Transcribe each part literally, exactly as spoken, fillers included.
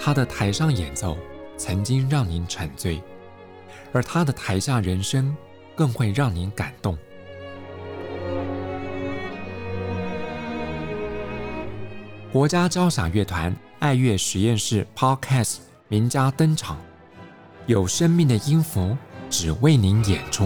他的台上演奏曾经让您沉醉，而他的台下人生更会让您感动。国家交响乐团爱乐实验室 Podcast 名家登场，有生命的音符只为您演出。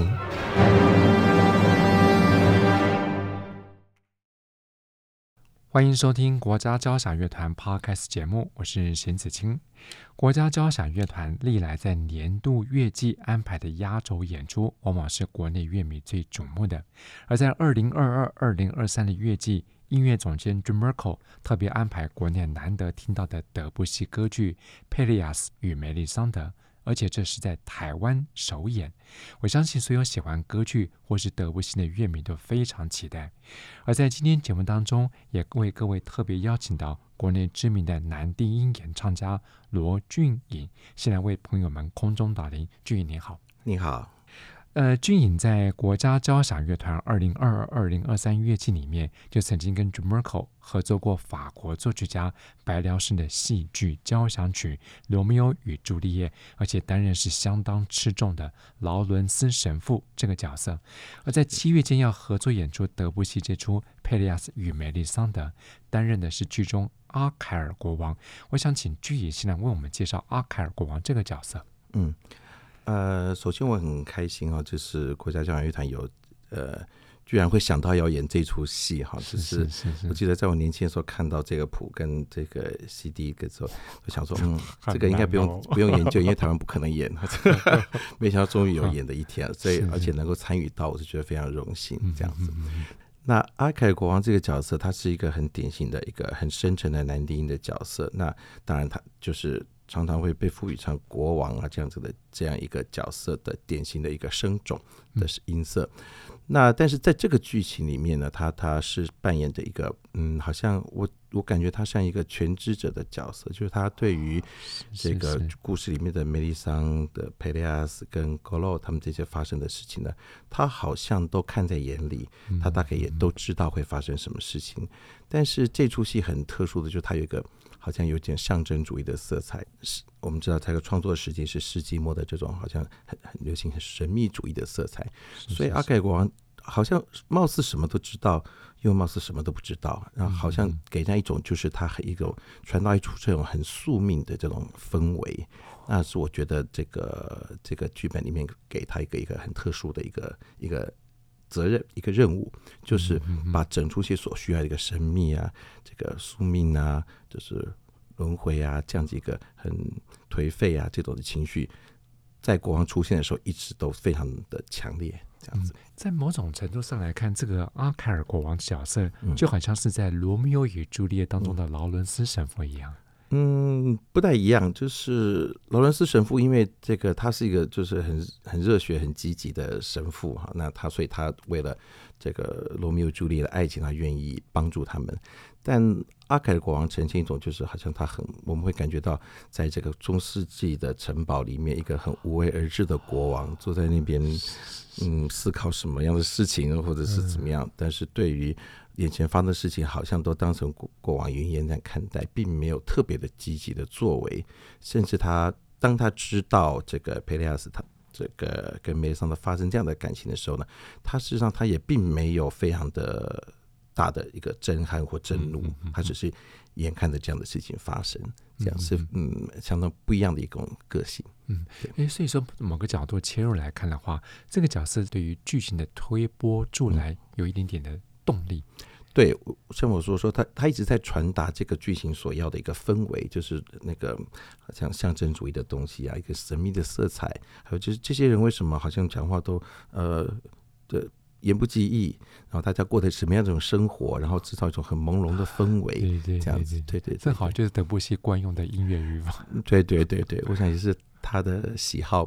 欢迎收听国家交响乐团 Podcast 节目，我是邢子清。国家交响乐团历来在年度乐季安排的压轴演出，往往是国内乐迷最瞩目的。而在二零二二、二零二三的乐季，音乐总监 Jim Merkel 特别安排国内难得听到的德布西歌剧《佩利亚斯与梅丽桑德》，而且这是在台湾首演。我相信所有喜欢歌剧或是德布西的乐迷都非常期待。而在今天节目当中，也为各位特别邀请到国内知名的男低音演唱家罗俊颖，先来为朋友们空中导聆。俊颖你好。 你好。 呃，俊颖在国家交响乐团二零二二、二零二三乐季里面，就曾经跟 Jim Merkel 合作过法国作曲家白辽士的戏剧交响曲《罗密欧与朱丽叶》，而且担任是相当吃重的劳伦斯神父这个角色。而在七月间要合作演出德布西这出《佩利亚斯与梅丽桑德》，担任的是剧中阿凯尔国王。我想请俊颖先来为我们介绍阿凯尔国王这个角色。 嗯。呃，首先我很开心哈、哦，就是国家交响乐团有呃，居然会想到要演这出戏哈，就是我记得在我年轻的时候看到这个谱跟这个 C D 的时候，我想说，嗯，这个应该不用不用研究，因为台湾不可能演，没想到终于有演的一天，所以而且能够参与到，我是觉得非常荣幸这样子。那阿凯尔国王这个角色，他是一个很典型的一个很深沉的男低音的角色，那当然他就是常常会被赋予成国王啊这样子的这样一个角色的典型的一个声种的音色。嗯、那但是在这个剧情里面呢，他他是扮演着一个嗯，好像我我感觉他像一个全知者的角色，就是他对于这个故事里面的梅丽桑的佩利亚斯跟格洛他们这些发生的事情呢，他好像都看在眼里，他大概也都知道会发生什么事情。但是这出戏很特殊的，就是他有一个好像有点象征主义的色彩。我们知道他的创作的时间是世纪末的这种好像 很, 很流行很神秘主义的色彩，所以阿凯尔国王好像貌似什么都知道，又貌似什么都不知道，然后好像给人家一种就是他很一种传达出这种很宿命的这种氛围。那是我觉得这个这个剧本里面给他一个一个很特殊的一个一个责任一个任务，就是把整出戏所需要的一个神秘啊，这个宿命啊，就是轮回啊，这样子一个很颓废啊这种的情绪，在国王出现的时候一直都非常的强烈。这样子、嗯、 在某种程度上来看，这个阿凯尔国王角色就好像是在罗密欧与朱丽叶当中的劳伦斯神父一样。 嗯，不太一样，就是劳伦斯神父，因为这个他是一个就是很很热血、很积极的神父哈，那他所以他为了这个罗密欧朱丽叶的爱情，他愿意帮助他们。但阿凯尔国王呈现一种就是好像他很，我们会感觉到在这个中世纪的城堡里面，一个很无为而治的国王坐在那边，嗯，思考什么样的事情或者是怎么样，但是对于眼前发生的事情好像都当成国王云烟在看待，并没有特别的积极的作为。甚至他当他知道这个佩利亚斯他这个跟梅丽桑德发生这样的感情的时候呢，他事实上他也并没有非常的大的一个震撼或震怒，他只是眼看着这样的事情发生，这样是嗯相当不一样的一种个性。 嗯，诶，所以说某个角度切入来看的话，这个角色对于剧情的推波助澜有一点点的动力。 对，像我说说他他一直在传达这个剧情所要的一个氛围，就是那个像象征主义的东西啊，一个神秘的色彩，还有就是这些人为什么好像讲话都呃的言不及义，然后大家过的什么样的一种生活，然后制造一种很朦胧的氛围， 对对这样子，对 对, 对, 对， 正好就是德布西惯用的音乐语法。 对对对对，我想也是他的喜好吧。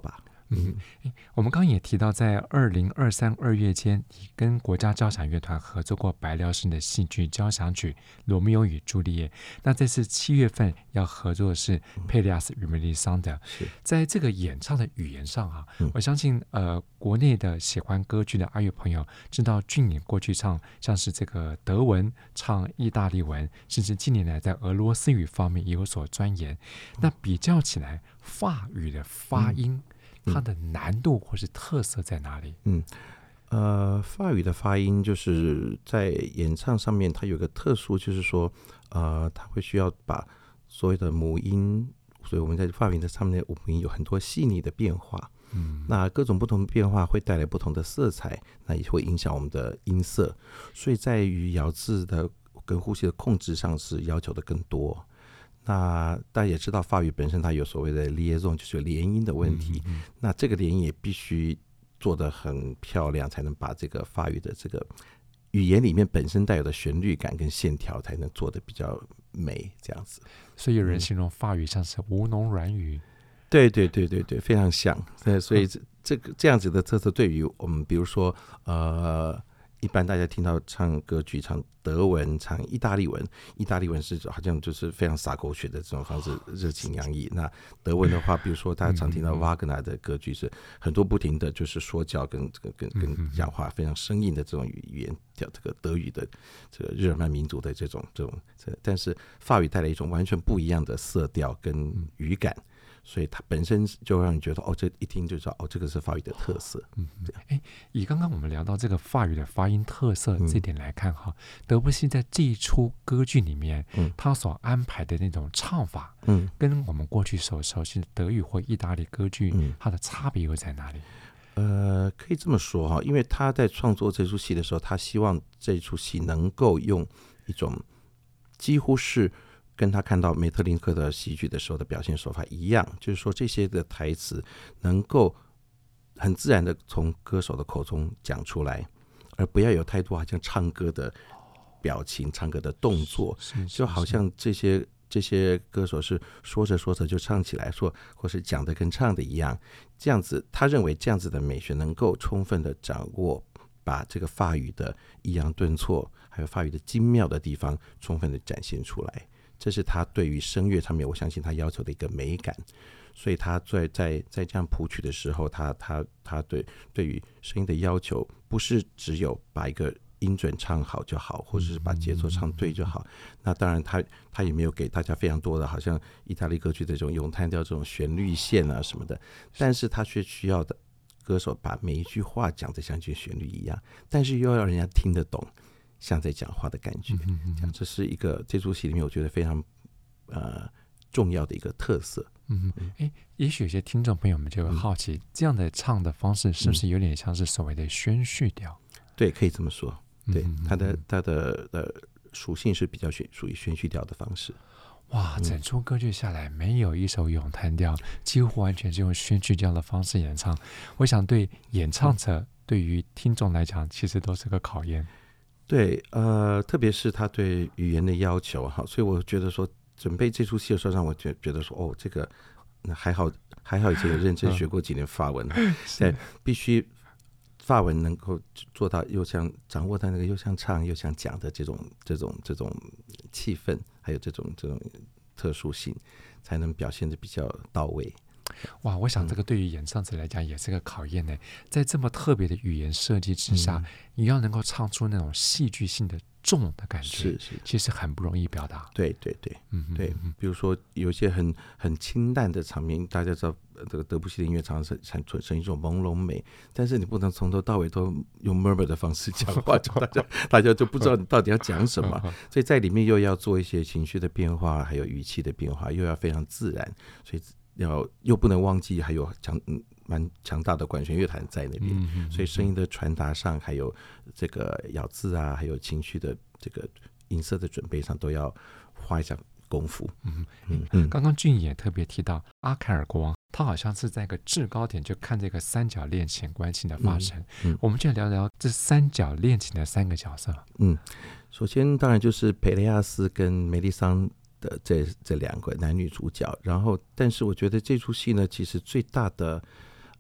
嗯，我们刚刚也提到，在二零二三二月间，你跟国家交响乐团合作过白辽士的戏剧交响曲《罗密欧与朱丽叶》。那这次七月份要合作的是《佩利亚斯与梅丽桑德》。在这个演唱的语言上啊， 嗯、 我相信呃，国内的喜欢歌剧的阿乐朋友知道俊也过去唱像是这个德文、唱意大利文，甚至近年来在俄罗斯语方面也有所钻研。那比较起来，法语的发音。嗯它的难度或是特色在哪里？ 嗯，呃，法语的发音就是在演唱上面，它有个特殊，就是说，呃，它会需要把所有的母音，所以我们在法语的上面的母音有很多细腻的变化。嗯，那各种不同的变化会带来不同的色彩，那也会影响我们的音色，所以在于咬字的跟呼吸的控制上是要求的更多。那大家也知道，法语本身它有所谓的 liaison， 就是有连音的问题。嗯嗯，那这个连音也必须做得很漂亮，才能把这个法语的这个语言里面本身带有的旋律感跟线条，才能做得比较美，这样子。 所以有人形容法语像是吴侬软语。嗯、 对对对对对，非常像。所以这这个这样子的特色，对于我们比如说呃。一般大家听到唱歌剧，唱德文、唱意大利文，意大利文是好像就是非常洒狗血的这种方式，热情洋溢。那德文的话，比如说大家常听到瓦格纳的歌剧，是很多不停的就是说教跟这个跟跟讲话非常生硬的这种语言，叫这个德语的这个日耳曼民族的这种这种，但是法语带来一种完全不一样的色调跟语感。所以它本身就让你觉得哦，这一听就知道哦，这个是法语的特色。 嗯，哎，以刚刚我们聊到这个法语的发音特色这点来看哈，嗯、德布西在这一出歌剧里面，嗯，他所安排的那种唱法，嗯，跟我们过去所熟悉的德语或意大利歌剧，嗯，它的差别又在哪里？ 呃，可以这么说哈，因为他在创作这出戏的时候，他希望这出戏能够用一种几乎是。跟他看到梅特林克的戏剧的时候的表现手法一样，就是说这些的台词能够很自然的从歌手的口中讲出来，而不要有太多好像唱歌的表情、唱歌的动作，就好像这些这些歌手是说着说着就唱起来，说或是讲的跟唱的一样，这样子他认为这样子的美学能够充分的掌握，把这个法语的抑扬顿挫，还有法语的精妙的地方充分的展现出来。这是他对于声乐上面，我相信他要求的一个美感，所以他在在在这样谱曲的时候，他他他对对于声音的要求，不是只有把一个音准唱好就好，或者是把节奏唱对就好。那当然他，他他也没有给大家非常多的，好像意大利歌剧的这种咏叹调这种旋律线啊什么的，但是他却需要的歌手把每一句话讲得像一句旋律一样，但是又要人家听得懂。像在讲话的感觉，这样这是一个这出戏里面我觉得非常呃重要的一个特色。 嗯，哎，也许有些听众朋友们就会好奇，嗯、这样的唱的方式是不是有点像是所谓的宣叙调？ 嗯、对，可以这么说。对，嗯、它的它的呃属性是比较属于宣叙调的方式。 哇，整出歌剧下来，没有一首咏叹调，几乎完全是用宣叙调的方式演唱。我想对演唱者、嗯、对于听众来讲，其实都是个考验。 对，呃，特别是他对语言的要求哈，所以我觉得说准备这出戏的时候，让我觉觉得说，哦，这个还好，还好以前有认真学过几年法文，对，必须法文能够做到又像掌握到那个又像唱又像讲的这种这种这种气氛，还有这种这种特殊性，才能表现得比较到位。 哇，我想这个对于演唱者来讲也是个考验呢。在这么特别的语言设计之下，嗯、你要能够唱出那种戏剧性的重的感觉， 是是， 其实很不容易表达。 对对对，嗯对，比如说有些很很清淡的场面，大家知道这个德布西的音乐常常产生一种朦胧美，但是你不能从头到尾都用 murmur 的方式讲话，大家大家就不知道你到底要讲什么。所以在里面又要做一些情绪的变化，还有语气的变化，又要非常自然，所以。要又不能忘记还有强蛮强大的管弦乐团在那边，嗯嗯嗯，所以声音的传达上，还有这个咬字啊，还有情绪的这个音色的准备上，都要花一下功夫。嗯嗯嗯。刚刚俊也特别提到阿凯尔国王，他好像是在一个制高点就看这个三角恋情关系的发生。嗯嗯，我们就聊聊这三角恋情的三个角色。 嗯，首先当然就是佩雷亚斯跟梅丽桑的这这两个男女主角，然后但是我觉得这出戏呢，其实最大的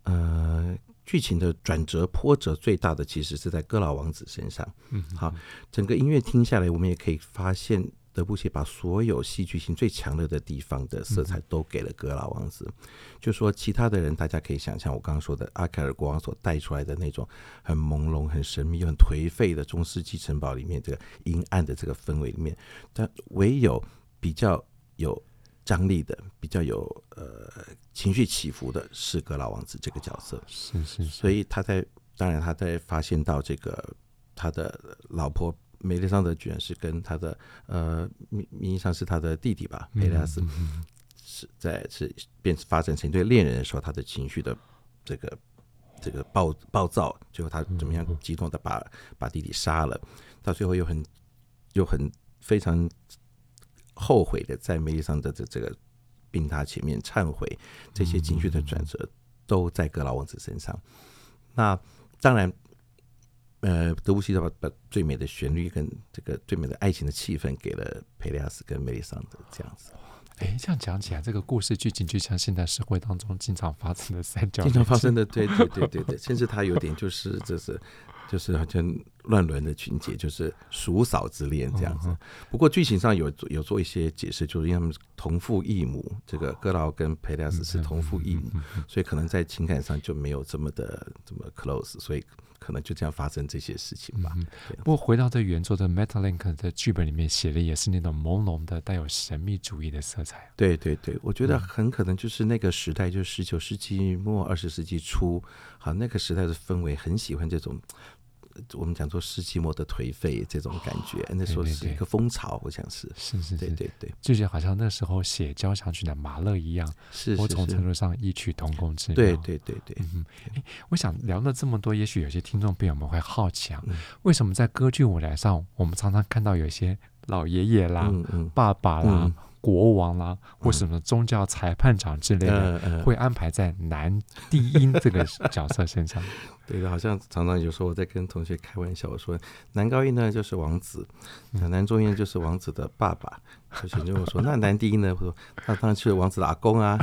呃剧情的转折波折最大的其实是在哥老王子身上。 嗯， 好，整个音乐听下来，我们也可以发现德布西把所有戏剧性最强烈的地方的色彩都给了哥老王子。就说其他的人，大家可以想象我刚刚说的阿凯尔国王所带出来的那种很朦胧、很神秘、很颓废的中世纪城堡里面这个阴暗的这个氛围里面，但唯有比较有张力的、比较有呃情绪起伏的是哥老王子这个角色。 是是是， 所以他在当然他在发现到这个他的老婆梅丽桑德居然是跟他的呃名名义上是他的弟弟吧，佩雷亚斯、嗯、是在是变发展成一对恋人的时候，他的情绪的这个这个暴暴躁，最后他怎么样激动的把把弟弟杀了，到最后又很又很非常后悔的在梅丽桑德的这个病榻前面忏悔，这些情绪的转折都在哥老王子身上。那当然呃，德布西把把最美的旋律跟这个最美的爱情的气氛给了佩雷亚斯跟梅丽桑德这样子。 哎，这样讲起来，这个故事剧情就像现代社会当中经常发生的三角恋， 经常发生的，对对对对对，甚至他有点就是就是就是好像乱伦的情节，就是叔嫂之恋这样子。不过剧情上有有做一些解释，就是因为他们同父异母，这个哥劳跟佩雷亚斯是同父异母，所以可能在情感上就没有这么的这么 close， 所以可能就这样发生这些事情吧。 嗯、不过回到这原作的 Metalink 的剧本里面写的也是那种朦胧的带有神秘主义的色彩。 对对对，我觉得很可能就是那个时代，就是十九世纪末二十世纪初，好，那个时代的氛围很喜欢这种我们讲做世纪末的颓废这种感觉，那时候是一个风潮，我想是是是是， 对对对， 就觉得好像那时候写交响曲的马勒一样， 是某种程度上异曲同工之妙。 对对对对。 嗯，我想聊了这么多，也许有些听众朋友们会好奇啊，嗯、为什么在歌剧舞台上，我们常常看到有些老爷爷啦、嗯嗯、爸爸啦。嗯国王啦，或什么宗教裁判长之类的，嗯、会安排在男低音这个角色身上。 对的，好像常常有时候我在跟同学开玩笑，我说男高音呢就是王子，嗯、男中音就是王子的爸爸。同学就问我说，那男低音呢？我说那当然是王子的阿公啊。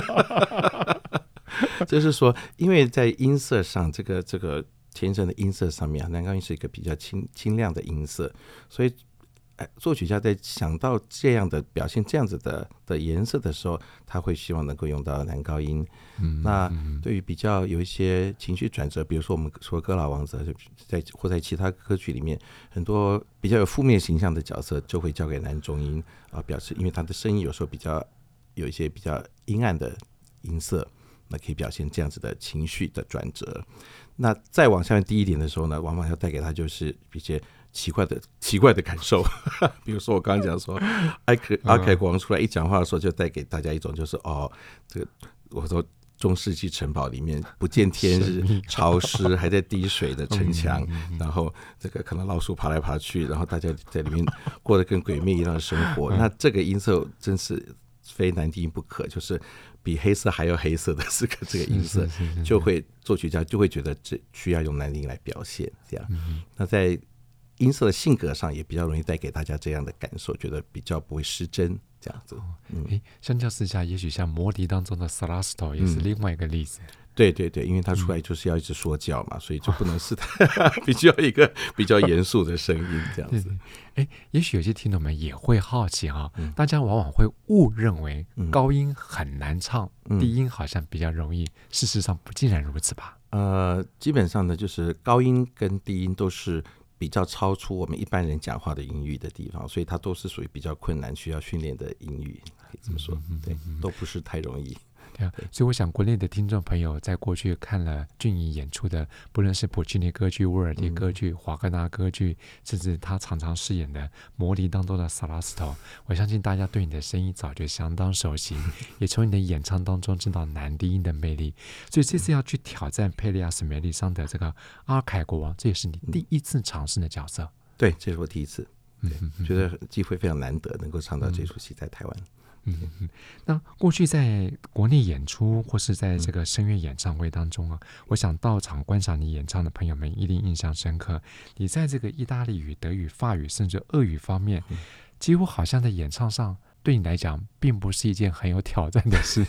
就是说，因为在音色上，这个这个天生的音色上面，男高音是一个比较清清亮的音色，所以。作曲家在想到这样的表现这样子 的, 的颜色的时候，他会希望能够用到男高音。嗯、那对于比较有一些情绪转折，比如说我们说哥老王子在或在其他歌曲里面，很多比较有负面形象的角色就会交给男中音啊，表示因为他的声音有时候比较有一些比较阴暗的音色，那可以表现这样子的情绪的转折。那再往下面低一点的时候呢，往往要带给他就是一些奇怪的奇怪的感受，比如说我刚刚讲说，阿凯阿凯国王出来一讲话的时候，就带给大家一种就是哦，这个我说中世纪城堡里面不见天日、潮湿还在滴水的城墙，然后这个可能老鼠爬来爬去，然后大家在里面过得跟鬼魅一样的生活。那这个音色真是非男低音不可，就是比黑色还要黑色的这个这个音色，就会作曲家就会觉得这需要用男低音来表现这样。那在音色的性格上也比较容易带给大家这样的感受，觉得比较不会失真这样子。 嗯、相较之下，也许像魔笛当中的 Salasto 也是另外一个例子。嗯、 对对对，因为他出来就是要一直说教嘛，嗯、所以就不能是他必须要一个比较严肃的声音这样子。 对，也许有些听众们也会好奇哈、嗯，大家往往会误认为高音很难唱，嗯、低音好像比较容易，事实上不尽然如此吧？ 呃，基本上呢，就是高音跟低音都是比较超出我们一般人讲话的音域的地方，所以它都是属于比较困难需要训练的音域，可以这么说。对，都不是太容易。 对啊，所以我想国内的听众朋友在过去看了俊逸演出的，不论是普契尼歌剧、威尔第歌剧、华格纳歌剧，甚至他常常饰演的魔笛当中的萨拉斯托，我相信大家对你的声音早就相当熟悉，也从你的演唱当中知道男低音的魅力。所以这次要去挑战佩利亚斯梅丽桑的这个阿凯国王，这也是你第一次尝试的角色。 对，这是我第一次，对，嗯、觉得机会非常难得，能够唱到这出戏在台湾。 嗯嗯，那过去在国内演出或是在这个声乐演唱会当中啊，嗯、我想到场观赏你演唱的朋友们一定印象深刻。你在这个意大利语、德语、法语甚至俄语方面，嗯、几乎好像在演唱上对你来讲并不是一件很有挑战的事。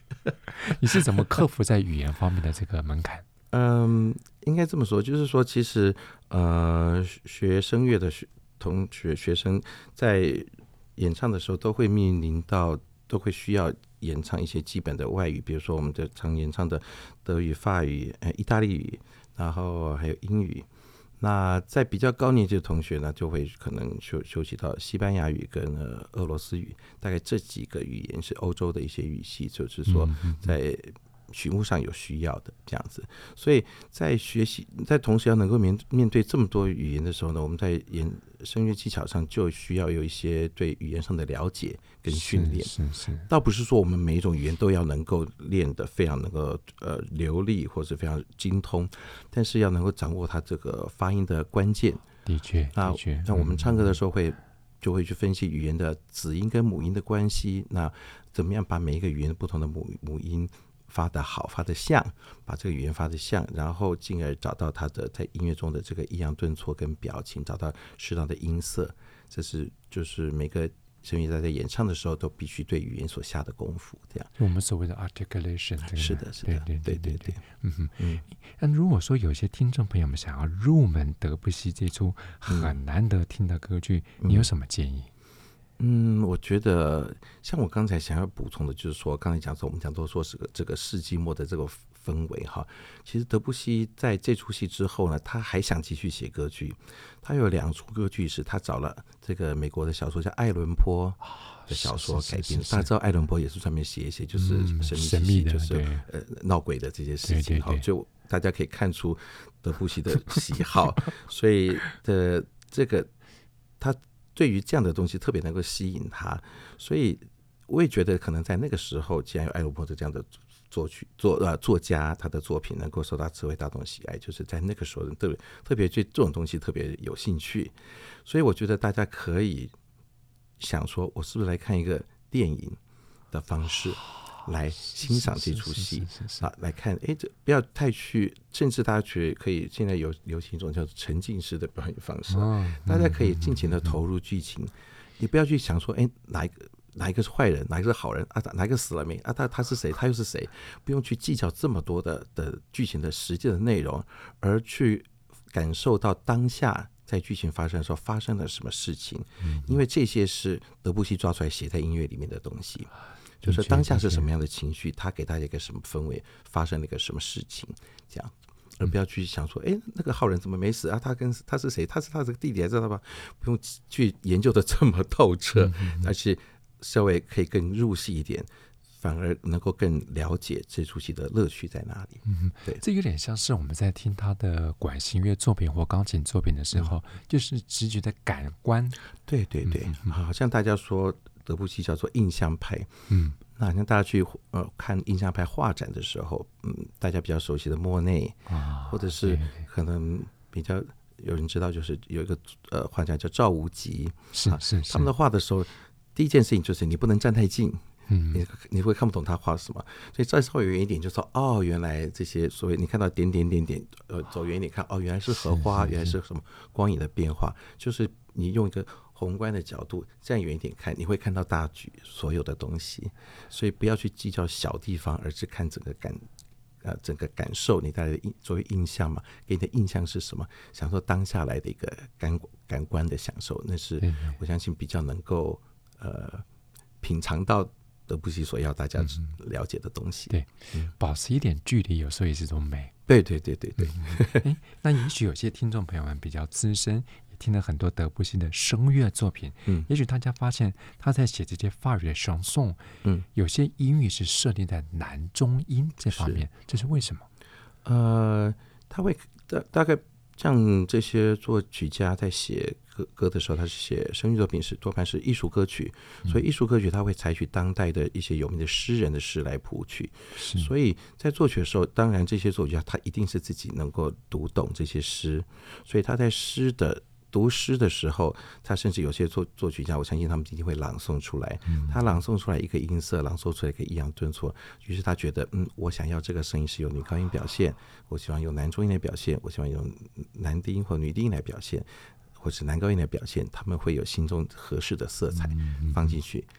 你是怎么克服在语言方面的这个门槛？ 嗯，应该这么说，就是说，其实呃，学声乐的学同学学生在演唱的时候，都会面临到，都会需要演唱一些基本的外语，比如说我们的常演唱的德语、法语、呃、意大利语，然后还有英语。那在比较高年级的同学呢，就会可能修修习到西班牙语跟、呃、俄罗斯语，大概这几个语言是欧洲的一些语系，就是说在曲目上有需要的这样子。所以在学习，在同时要能够面面对这么多语言的时候呢，我们在演声乐技巧上就需要有一些对语言上的了解跟训练。 是是是， 倒不是说我们每一种语言都要能够练得非常能够呃流利或是非常精通，但是要能够掌握它这个发音的关键。 的确那的确， 那我们唱歌的时候会、嗯、就会去分析语言的子音跟母音的关系，那怎么样把每一个语言的不同的母母音发得好，发得像，把这个语言发得像，然后进而找到它的在音乐中的这个抑扬顿挫跟表情，找到适当的音色。这是就是每个声乐家在演唱的时候都必须对语言所下的功夫，这样。 我们所谓的 articulation， 这个是的，是的， 对对对对对，嗯哼嗯。 那如果说有些听众朋友们想要入门德布西这出很难得听的歌剧， 嗯、 你有什么建议？ 嗯，我觉得像我刚才想要补充的，就是说，刚才讲说我们讲都说是个这个世纪末的这个氛围哈。其实德布西在这出戏之后呢，他还想继续写歌剧。他有两出歌剧是他找了这个美国的小说家爱伦坡的小说改编。大家知道爱伦坡也是专门写一些就是神秘神秘的， 就是呃闹鬼的这些事情哈。就大家可以看出德布西的喜好，所以的这个他。对于这样的东西特别能够吸引他，所以我也觉得可能在那个时候，既然有爱罗坡的这样的作曲作呃作家，他的作品能够受到社会大众喜爱，就是在那个时候特别特别对这种东西特别有兴趣，所以我觉得大家可以想说，我是不是来看一个电影的方式来欣赏这出戏啊？来看，哎，这不要太去，甚至大家觉得可以，现在有流行一种叫做沉浸式的表演方式，哦、大家可以尽情的投入剧情，嗯嗯嗯、你不要去想说，哎，哪一个哪一个是坏人，哪一个是好人啊？哪一个死了没啊？他他是谁？他又是谁？不用去计较这么多的的剧情的实际的内容，而去感受到当下在剧情发生的时候发生了什么事情，嗯、因为这些是德布西抓出来写在音乐里面的东西。就是当下是什么样的情绪，他给大家一个什么氛围，发生了一个什么事情，这样，而不要去想说，哎，那个浩人怎么没死啊？他跟他是谁？他是他这个弟弟，还知道吧？不用去研究的这么透彻，而且稍微可以更入戏一点，反而能够更了解这出戏的乐趣在哪里。 嗯， 对， 这有点像是我们在听他的管弦乐作品或钢琴作品的时候，嗯、就是直觉的感官。 对对对，嗯、好像大家说。德布西叫做印象派， 嗯， 那像大家去呃看印象派画展的时候，嗯，大家比较熟悉的莫内，啊、或者是可能比较有人知道，就是有一个呃画家叫赵无极， 是是是， 他们的画的时候，第一件事情就是你不能站太近，嗯，你你会看不懂他画什么，所以再稍微远一点就说，哦，原来这些所谓你看到点点点点，呃，走远一点看，哦，原来是荷花，原来是什么光影的变化，就是你用一个宏观的角度站远一点看，你会看到大局所有的东西，所以不要去计较小地方，而是看整个感呃整个感受，你带来的作为印象嘛，给你的印象是什么？享受当下来的一个感感官的享受，那是我相信比较能够呃品尝到德布西所要大家了解的东西。 对，嗯、保持一点距离，有时候也是一种美。 对对对对对。 嗯、那也许有些听众朋友们比较资深，也听了很多德布西的声乐作品，嗯，也许大家发现他在写这些法语的唱诵，嗯，有些音域是设定在男中音这方面，这是为什么？ 呃，他会大大概像这些作曲家在写歌歌的时候，他是写声乐作品是多半是艺术歌曲，所以艺术歌曲他会采取当代的一些有名的诗人的诗来谱曲，所以在作曲的时候，当然这些作曲家他一定是自己能够读懂这些诗，所以他在诗的读诗的时候，他甚至有些作作曲家，我相信他们一定会朗诵出来。嗯、他朗诵出来一个音色，朗诵出来一个抑扬顿挫，于是他觉得，嗯，我想要这个声音是由女高音表现，我希望用男中音来表现，我希望用男低音或女低音来表现，或是男高音来表现，他们会有心中合适的色彩放进去。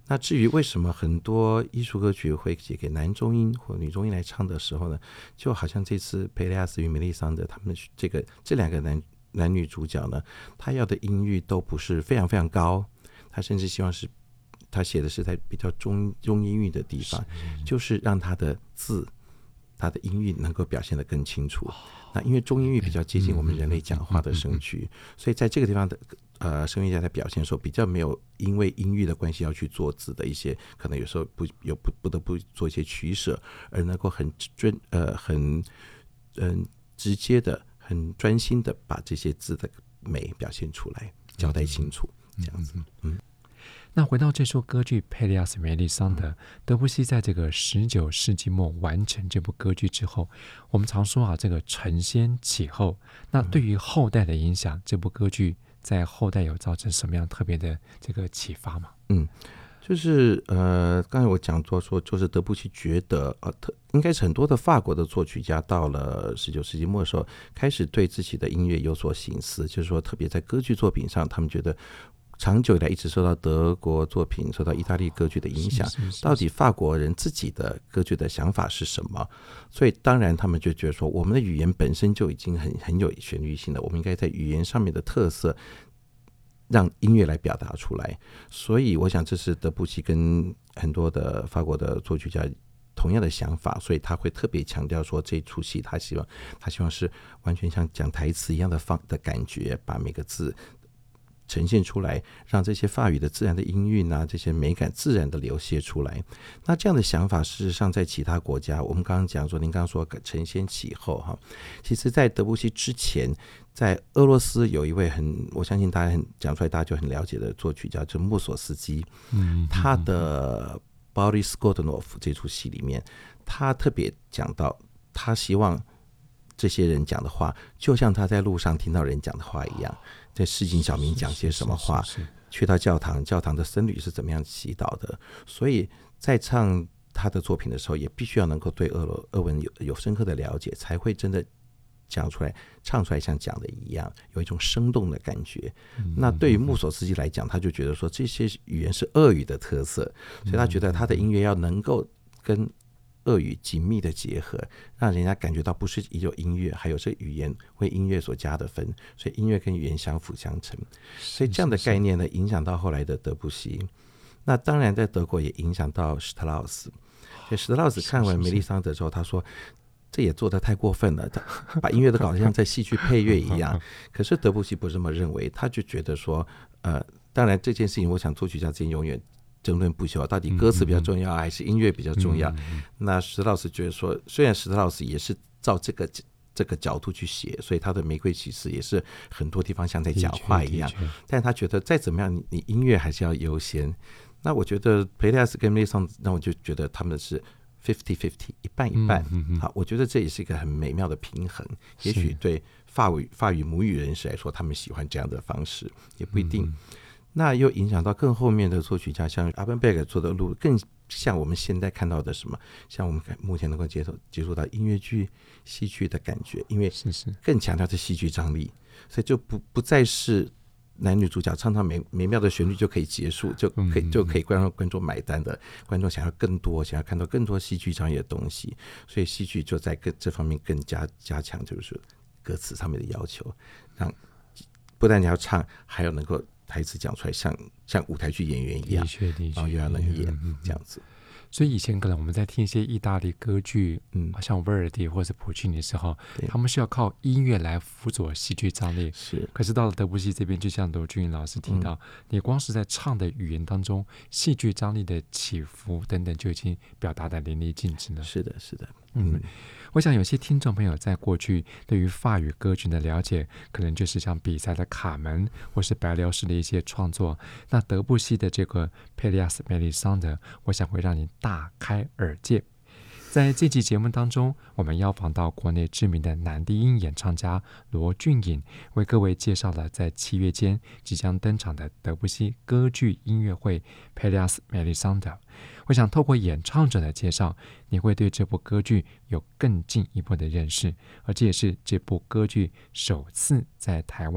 那至于为什么很多艺术歌曲会写给男中音或女中音来唱的时候呢，就好像这次佩利亚斯与梅丽桑德他们这个这两个男男女主角呢，他要的音域都不是非常非常高，他甚至希望是他写的是在比较中中音域的地方，就是让他的字他的音域能够表现得更清楚。那因为中音域比较接近我们人类讲话的声区，所以在这个地方的呃声乐家在表现的时候，比较没有因为音域的关系要去做字的一些，可能有时候不有不不得不做一些取舍，而能够很专呃很嗯、呃、直接的、很专心的把这些字的美表现出来，交代清楚，这样子。嗯。 那回到这首歌剧《佩利亚斯梅丽桑德》，德布西在这个十九世纪末完成这部歌剧之后，我们常说啊，这个承先启后。那对于后代的影响，这部歌剧在后代有造成什么样特别的这个启发吗？ 嗯，就是呃，刚才我讲过说，就是德布西觉得呃，应该是很多的法国的作曲家到了十九世纪末的时候，开始对自己的音乐有所省思，就是说，特别在歌剧作品上，他们觉得长久以来一直受到德国作品、受到意大利歌剧的影响，到底法国人自己的歌剧的想法是什么？所以当然他们就觉得说，我们的语言本身就已经很很有旋律性了，我们应该在语言上面的特色让音乐来表达出来。所以我想这是德布西跟很多的法国的作曲家同样的想法，所以他会特别强调说，这出戏他希望他希望是完全像讲台词一样的放的感觉，把每个字呈现出来，让这些法语的自然的音韵啊，这些美感自然的流泻出来。那这样的想法事实上在其他国家，我们刚刚讲说，您刚刚说承先启后哈，其实在德布西之前，在俄罗斯有一位很，我相信大家很讲出来大家就很了解的作曲家，就是穆索斯基。嗯，他的 Boris Godunov 这出戏里面，他特别讲到，他希望这些人讲的话就像他在路上听到人讲的话一样，在市井小民讲些什么话，去到教堂，教堂的僧侣是怎么样祈祷的。所以在唱他的作品的时候，也必须要能够对俄罗俄文 有, 有深刻的了解，才会真的讲出来，唱出来像讲的一样，有一种生动的感觉。嗯、那对于穆索斯基来讲，他就觉得说这些语言是俄语的特色，所以他觉得他的音乐要能够跟俄语紧密的结合，让人家感觉到不是只有音乐，还有这语言为音乐所加的分，所以音乐跟语言相辅相成。所以这样的概念呢，影响到后来的德布西。那当然在德国也影响到施特劳斯。所以施特劳斯看完梅丽桑德之后，他说这也做得太过分了，他把音乐都搞得像在戏剧配乐一样。可是德布西不这么认为，他就觉得说呃，当然这件事情我想作曲家之间永远争论不休，到底歌词比较重要还是音乐比较重要？嗯嗯嗯、那施特劳斯觉得说，虽然施特劳斯也是照这个这个角度去写，所以他的《玫瑰骑士》也是很多地方像在讲话一样，但他觉得再怎么样，你你音乐还是要优先。那我觉得佩利亚斯跟梅丽桑德，那我就觉得他们是 fifty fifty 一半一半。嗯嗯嗯、好，我觉得这也是一个很美妙的平衡。也许对法语法语母语人士来说，他们喜欢这样的方式，也不一定。嗯那又影响到更后面的作曲家，像阿本贝格做的路，更像我们现在看到的什么，像我们目前能够接受接触到音乐剧、戏剧的感觉，因为更强调的戏剧张力，所以就不不再是男女主角唱唱美美妙的旋律就可以结束，就可以就可以观众观众买单的，观众想要更多，想要看到更多戏剧张力的东西，所以戏剧就在更这方面更加加强，就是歌词上面的要求，让不但你要唱，还要能够台词讲出来像像舞台剧演员一样，的确的确，然后又要能演、嗯、这样子。 所以以前可能我们在听一些意大利歌剧，嗯，像威尔第或者普契尼的时候，他们需要靠音乐来辅佐戏剧张力。 是， 可是到了德布西这边，就像罗俊老师提到、嗯，你光是在唱的语言当中，戏剧张力的起伏等等，就已经表达的淋漓尽致了。 是的，是的， 嗯。嗯我想有些听众朋友在过去对于法语歌曲的了解，可能就是像比赛的卡门或是白辽士的一些创作。那德布西的这个佩利亚斯梅丽桑德，我想会让你大开耳界。在这期节目当中，我们邀访到国内知名的男低音演唱家罗俊颖，为各位介绍了在七月间即将登场的德布西歌剧音乐会佩利亚斯梅丽桑德。我想透过演唱者的介绍，你会对这部歌剧有更进一步的认识，而这也是这部歌剧首次在台湾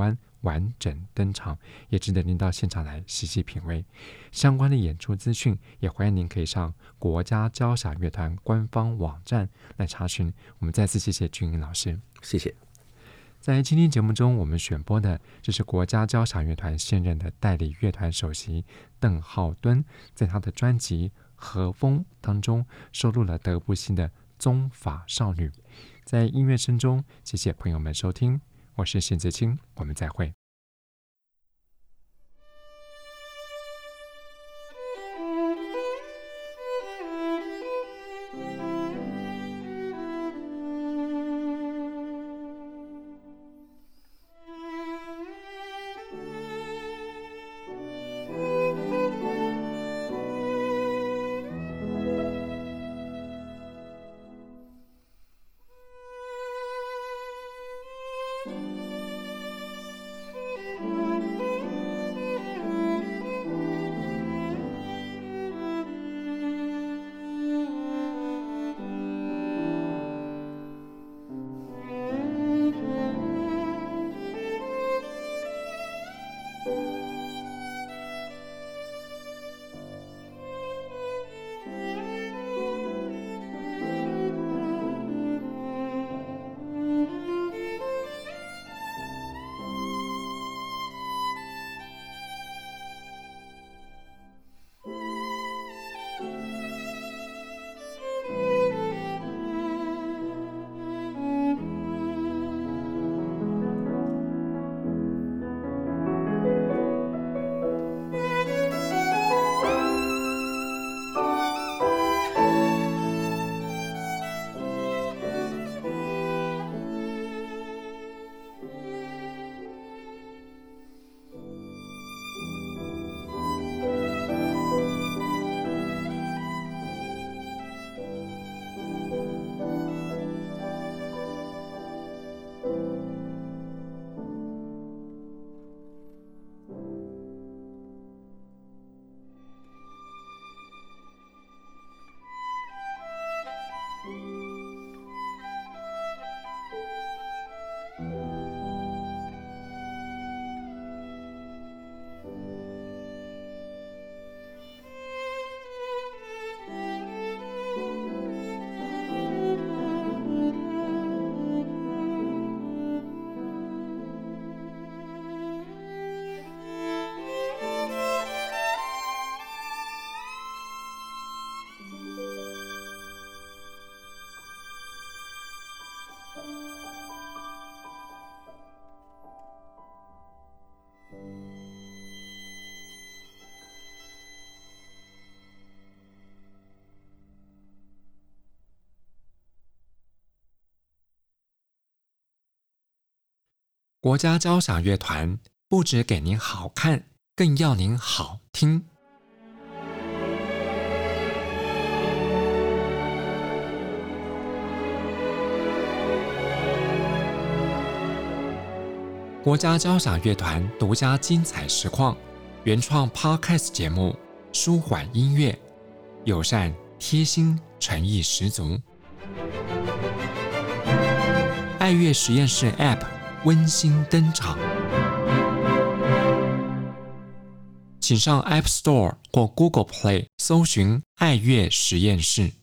完整登场，也值得您到现场来细细品味。相关的演出资讯，也欢迎您可以上国家交响乐团官方网站来查询。我们再次谢谢俊英老师， 谢谢。 在今天节目中，我们选播的这是国家交响乐团现任的代理乐团首席邓浩敦，在他的专辑《和风》当中收录了德布西的《宗法少女》。在音乐声中，谢谢朋友们收听，我是谢哲青，我们再会。国家交响乐团不只给您好看，更要您好听。国家交响乐团独家精彩实况，原创 Podcast 节目，舒缓音乐，友善贴心，诚意十足。爱乐实验室 App 温馨登场，请上 App Store 或 Google Play 搜寻爱乐实验室。